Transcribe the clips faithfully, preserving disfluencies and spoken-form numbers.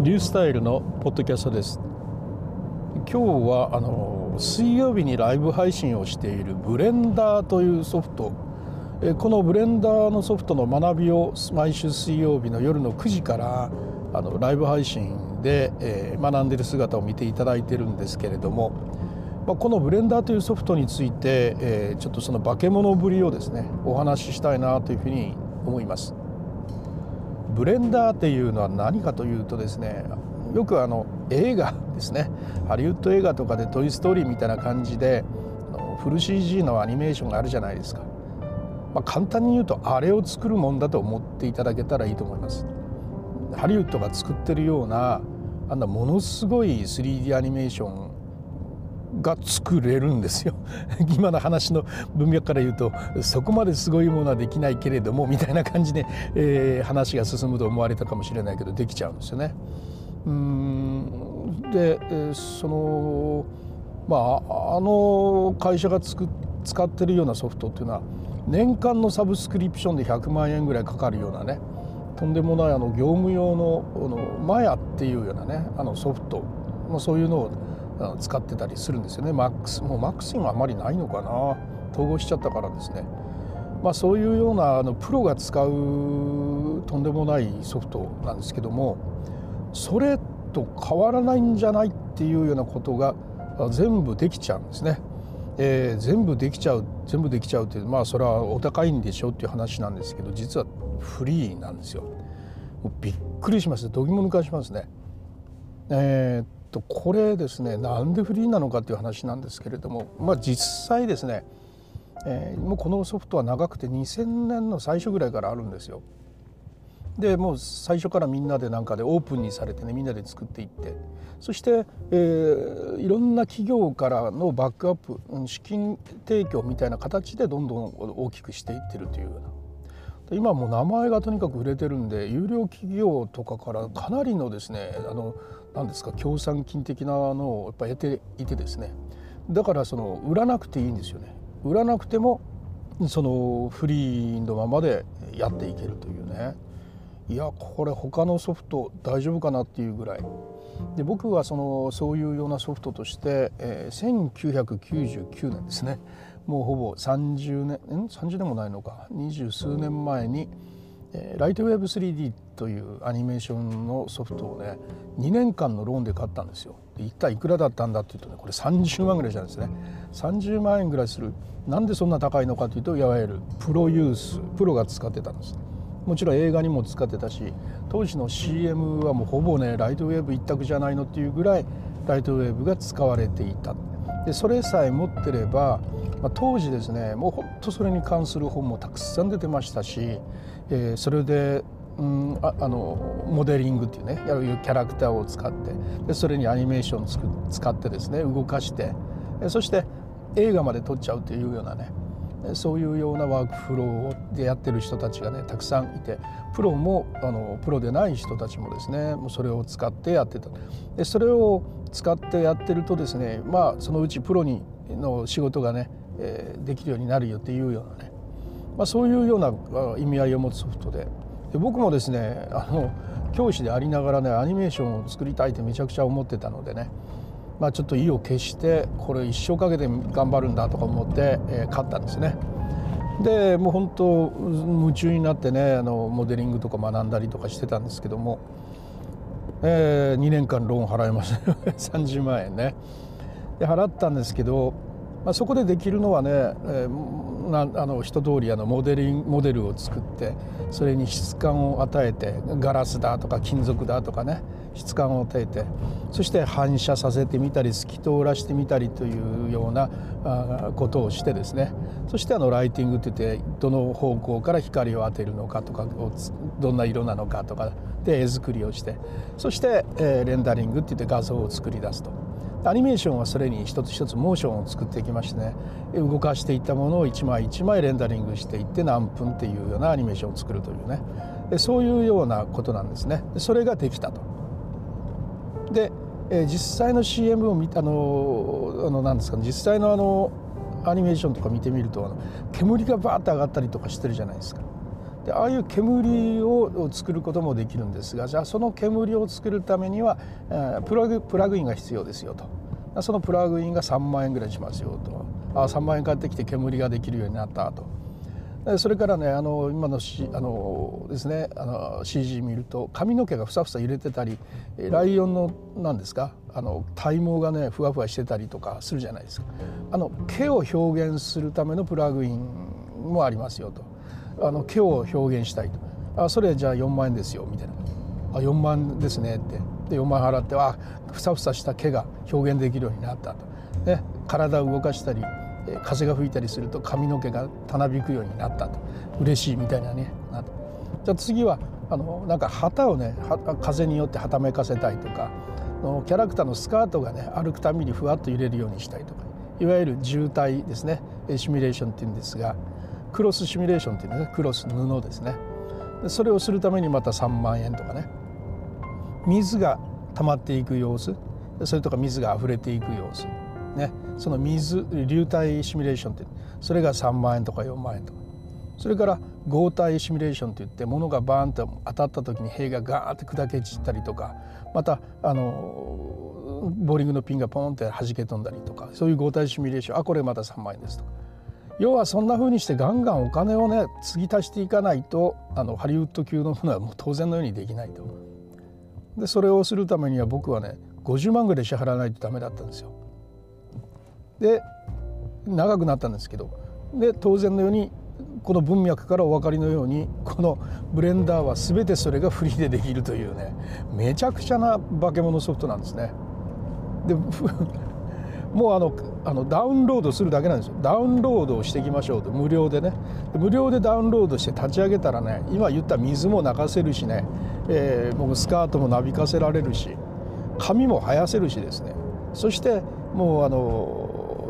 リュースタイルのポッドキャストです。今日はあの水曜日にライブ配信をしているブレンダーというソフト、このブレンダーのソフトの学びを毎週水曜日の夜のくじからあのライブ配信で、えー、学んでいる姿を見ていただいているんですけれども、まあ、このブレンダーというソフトについて、えー、ちょっとその化け物ぶりをですねお話ししたいなというふうに思います。ブレンダーっていうのは何かというとですね、よくあの映画ですね、ハリウッド映画とかでトイストーリーみたいな感じであのフル シージー のアニメーションがあるじゃないですか。まあ、簡単に言うとあれを作るもんだと思っていただけたらいいと思います。ハリウッドが作ってるようなあんなものすごい スリーディー アニメーションが作れるんですよ。今の話の文脈から言うとそこまですごいものはできないけれどもみたいな感じで、えー、話が進むと思われたかもしれないけどできちゃうんですよね。うーんで、えー、そのまああの会社がつく使ってるようなソフトっていうのは年間のサブスクリプションでひゃくまんえんぐらいかかるようなね、とんでもないあの業務用のあのマヤっていうようなねあのソフト、まあ、そういうのを使ってたりするんですよね。マックスもうマックスにはあまりないのかな、統合しちゃったからですね。まあそういうようなあのプロが使うとんでもないソフトなんですけども、それと変わらないんじゃないっていうようなことが全部できちゃうんですね。えー、全部できちゃう全部できちゃうっていう、まあそれはお高いんでしょっていう話なんですけど、実はフリーなんですよ。もうびっくりします。どぎも抜かしますね。えーこれですね、なんでフリーなのかという話なんですけれども、まあ、実際ですね、えー、もうこのソフトは長くてにせんねんの最初ぐらいからあるんですよ。でもう最初からみんなでなんかでオープンにされてね、みんなで作っていって、そして、えー、いろんな企業からのバックアップ、資金提供みたいな形でどんどん大きくしていってるというような。今もう名前がとにかく売れてるんで、有料企業とかからかなりのですね、あの何ですか協賛金的なのをやっぱ得ていてですね、だからその売らなくていいんですよね。売らなくてもそのフリーのままでやっていけるというね。いやこれ他のソフト大丈夫かなっていうぐらいで、僕はそのそういうようなソフトとして、えー、せんきゅうひゃくきゅうじゅうきゅうねんですね、もうほぼさんじゅうねんんさんじゅうねんもないのか、二十数年前に、えー、ライトウェブ スリーディー というアニメーションのソフトをねにねんかんのローンで買ったんですよ。で一体いくらだったんだっていうとね、これさんじゅうまんぐらいじゃないですね。さんじゅうまんえんぐらいする。なんでそんな高いのかというと、いわゆるプロユース、プロが使ってたんです。もちろん映画にも使ってたし、当時の シーエム はもうほぼねライトウェブ一択じゃないのっていうぐらいライトウェブが使われていた。でそれさえ持ってれば、まあ、当時ですねもうほんとそれに関する本もたくさん出てましたし、えー、それで、うん、ああのモデリングっていうね、やるキャラクターを使ってでそれにアニメーションをつく使ってですね動かして、そして映画まで撮っちゃうというようなね、そういうようなワークフローでやってる人たちがねたくさんいて、プロもあのプロでない人たちもですねもうそれを使ってやってた。でそれを使ってやってるとですね、まあそのうちプロにの仕事がね、えー、できるようになるよっていうようなね、まあ、そういうような意味合いを持つソフトで、で僕もですねあの教師でありながらねアニメーションを作りたいってめちゃくちゃ思ってたのでね、まあ、ちょっと意を決してこれ一生かけて頑張るんだとか思って、えー、買ったんですね。でもう本当夢中になってねあのモデリングとか学んだりとかしてたんですけども、えー、にねんかんローン払いましたさんじゅうまんえんね。で払ったんですけど、まあ、そこでできるのはね、えー、なあの一通りあのモデリンモデルを作ってそれに質感を与えて、ガラスだとか金属だとかね質感を与えて、そして反射させてみたり透き通らしてみたりというようなことをしてですね、そしてあのライティングっていってどの方向から光を当てるのかとかどんな色なのかとかで絵作りをして、そして、えー、レンダリングっていって画像を作り出すと。アニメーションはそれに一つ一つモーションを作っていきましてね、動かしていったものを一枚一枚レンダリングしていって何分っていうようなアニメーションを作るというね、そういうようなことなんですね。それができたと。で実際の シーエム を見たあのあのなんですか、ね、実際のあのアニメーションとか見てみるとあの煙がバーッと上がったりとかしてるじゃないですか。 でああいう煙を作ることもできるんですが、じゃあその煙を作るためにはプラグ、プラグインが必要ですよと。そのプラグインがさんまんえんぐらいしますよと。あさんまんえん買ってきて煙ができるようになったと。それからね、あの今のしあのですね、あの シージー 見ると髪の毛がふさふさ揺れてたり、ライオンの何ですか、あの体毛がねふわふわしてたりとかするじゃないですか。あの毛を表現するためのプラグインもありますよと。あの毛を表現したいと。あそれじゃあよんまんえんですよみたいな。あよんまんですねって。でよんまん払って、あふさふさした毛が表現できるようになったと。ね、体を動かしたり風が吹いたりすると髪の毛がたなびくようになったと。嬉しいみたいなね。じゃあ次はあのなんか旗をね風によってはためかせたいとか、キャラクターのスカートがね歩くたびにふわっと揺れるようにしたいとか、いわゆる渋滞ですね、シミュレーションっていうんですが、クロスシミュレーションっていうんですね、クロス布ですね。でそれをするためにまたさんまんえんとかね、水が溜まっていく様子、それとか水が溢れていく様子ね、その水流体シミュレーションって、それがさんまんえんとかよんまんえんとか、それから合体シミュレーションといって、物がバーンと当たった時に塀がガーッて砕け散ったりとか、またあのボーリングのピンがポンって弾け飛んだりとか、そういう合体シミュレーション、あこれまたさんまんえんですとか、要はそんな風にしてガンガンお金をね継ぎ足していかないと、あのハリウッド級のものはもう当然のようにできないと。でそれをするためには僕はねごじゅうまんぐらい支払わないとダメだったんですよ。で長くなったんですけど、で当然のようにこの文脈からお分かりのように、このブレンダーは全てそれがフリーでできるというね、めちゃくちゃな化け物ソフトなんですね。でもうあのあのダウンロードするだけなんですよ。ダウンロードをしていきましょうと、無料でね。無料でダウンロードして立ち上げたらね、今言った水も流せるしね、えー、僕スカートもなびかせられるし、髪も生やせるしですね、そしてもうあの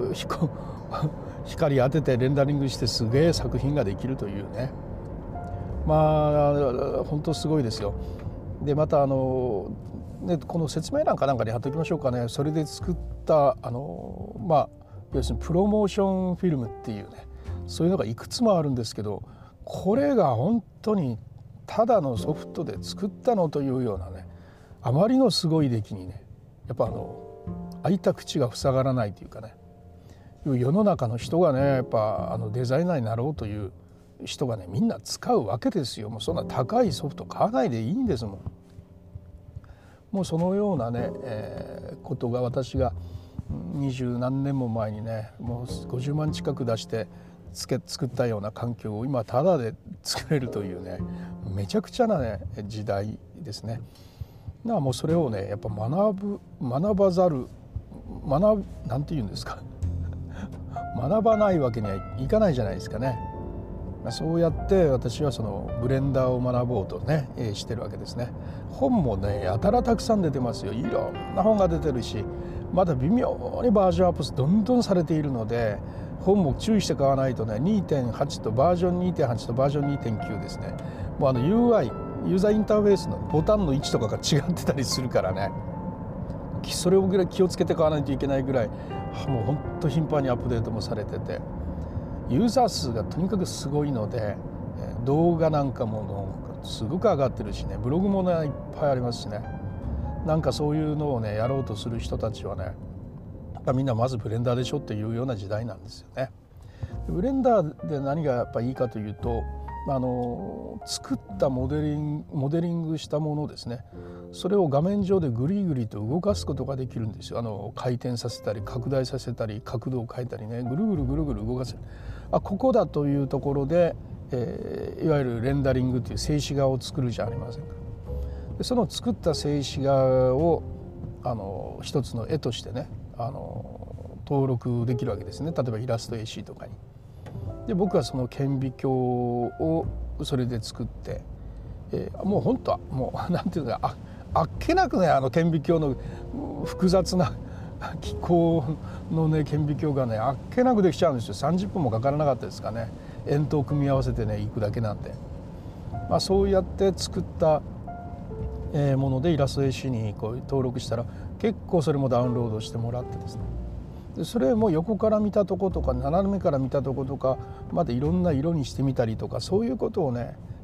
光当ててレンダリングしてすげえ作品ができるというね、まあ本当すごいですよ。でまたあの、ね、この説明欄かなんかに貼っておきましょうかね。それで作ったあのまあ要するにプロモーションフィルムっていうね、そういうのがいくつもあるんですけど、これが本当にただのソフトで作ったのというようなね、あまりのすごい出来にね、やっぱあの開いた口が塞がらないというかね、世の中の人がねやっぱあのデザイナーになろうという人がねみんな使うわけですよ。もうそんな高いソフト買わないでいいんですもん。もうそのようなね、えー、ことが私が二十何年も前にねもうごじゅうまん近く出してつけ作ったような環境を今タダで作れるというね、めちゃくちゃなね時代ですね。だからもうそれをねやっぱ学ぶ学ばざる学ぶなんて言うんですか学ばないわけにはいかないじゃないですかね。そうやって私はそのブレンダーを学ぼうとね、えー、してるわけですね。本もねやたらたくさん出てますよ。いろんな本が出てるし、まだ微妙にバージョンアップどんどんされているので、本も注意して買わないとね にてんはち とバージョン にてんはち とバージョン にてんきゅう ですね。もうあの ユーアイ ユーザーインターフェースのボタンの位置とかが違ってたりするからね、それをぐらい気をつけて買わないといけないぐらいもうほんと頻繁にアップデートもされてて、ユーザー数がとにかくすごいので、動画なんかもすごく上がってるしね、ブログもねいっぱいありますしね、なんかそういうのをねやろうとする人たちはね、やっぱみんなまずブレンダーでしょっていうような時代なんですよね。ブレンダーで何がやっぱいいかというと、あの作ったモデリング、モデリングしたものですね、それを画面上でグリグリと動かすことができるんですよ。あの回転させたり拡大させたり角度を変えたりね、ぐるぐるぐるぐる動かせる。あここだというところで、えー、いわゆるレンダリングという静止画を作るじゃありませんか。でその作った静止画をあの一つの絵としてねあの登録できるわけですね。例えばイラスト エーシー とかに。で僕はその顕微鏡をそれで作って、えー、もう本当はもうなんていうかああっけなくねあの顕微鏡の複雑な気候のね顕微鏡がねあっけなくできちゃうんですよ。さんじゅっぷんもかからなかったですかね。円筒組み合わせてね行くだけなんで、まあ、そうやって作ったものでイラスト エーシー にこう登録したら結構それもダウンロードしてもらってですね、でそれも横から見たとことか斜めから見たとことかまでいろんな色にしてみたりとか、そういうことをね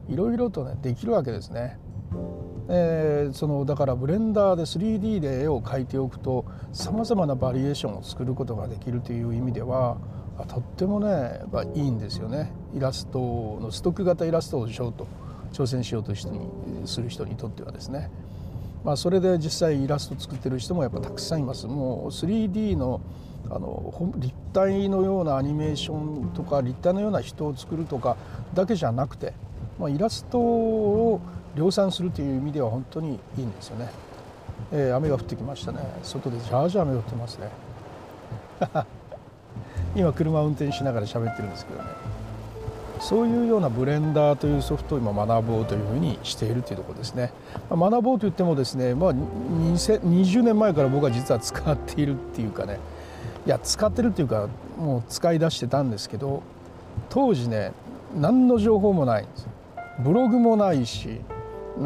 いろいろとねできるわけですね。えー、そのだからブレンダーで スリーディー で絵を描いておくとさまざまなバリエーションを作ることができるという意味ではとってもねいいんですよね。イラストのストック型イラストをしようと挑戦しようと人にする人にとってはですね、まあ、それで実際イラスト作ってる人もやっぱたくさんいます。もう スリーディー のあの立体のようなアニメーションとか立体のような人を作るとかだけじゃなくて、まあ、イラストを量産するという意味では本当にいいんですよね。えー、雨が降ってきましたね。外でジャージャー雨が降ってますね。今車を運転しながら喋ってるんですけどね。そういうようなブレンダーというソフトを今学ぼうというふうにしているというところですね。まあ、学ぼうといってもですね、まあ、にじゅうねんまえから僕は実は使っているっていうかね、いや使ってるっていうかもう使い出してたんですけど、当時ね何の情報もないんですよ。ブログもないし、うん、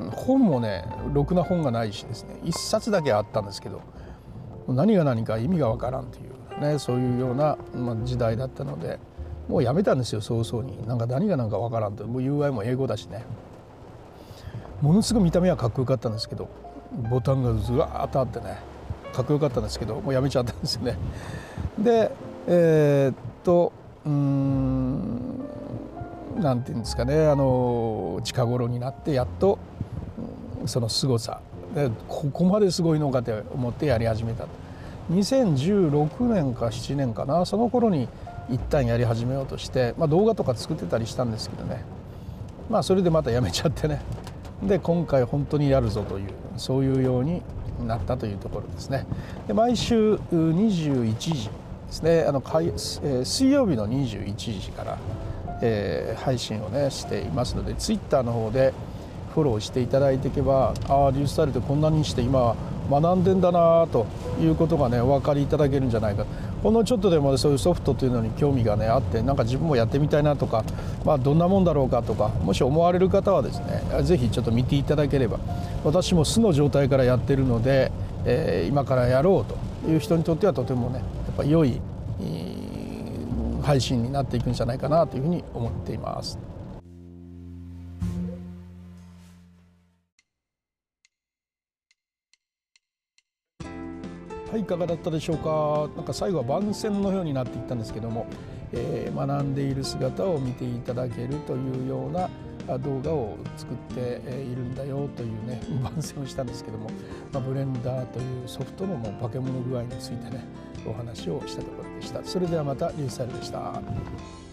本もねろくな本がないしですね、一冊だけあったんですけど何が何か意味がわからんというね、そういうような、まあ、時代だったのでもうやめたんですよ。早々になんか何が何かわからんと。もう ユーアイ も英語だしね、ものすごい見た目はかっこよかったんですけどボタンがずわーっとあってねかっこよかったんですけどもうやめちゃったんですよね。でえー、っとうーんなんていうんですかね、あの近頃になってやっとその凄さでここまですごいのかと思ってやり始めた。にせんじゅうろくねんかななねんかな、その頃に一旦やり始めようとして、まあ、動画とか作ってたりしたんですけどね、まあそれでまたやめちゃってね、で今回本当にやるぞというそういうようになったというところですね。で毎週にじゅういちじですね、あの、えー、水曜日のにじゅういちじから、えー、配信をねしていますので、ツイッターの方でフォローしていただいていけば、ああリュースタイルってこんなにして今学んでんだなということがねお分かりいただけるんじゃないか。ほんのちょっとでもそういうソフトというのに興味がねあって、なんか自分もやってみたいなとか、まあ、どんなもんだろうかとかもし思われる方はですねぜひちょっと見ていただければ、私も素の状態からやってるので、えー、今からやろうという人にとってはとてもねやっぱ良い、えー、配信になっていくんじゃないかなというふうに思っています。はい、いかがだったでしょうか。なんか最後は番宣のようになっていったんですけども、えー、学んでいる姿を見ていただけるというような動画を作っているんだよというね番宣をしたんですけども、まあ、ブレンダーというソフトのもう化け物具合についてねお話をしたところでした。それではまたリュースタイルでした。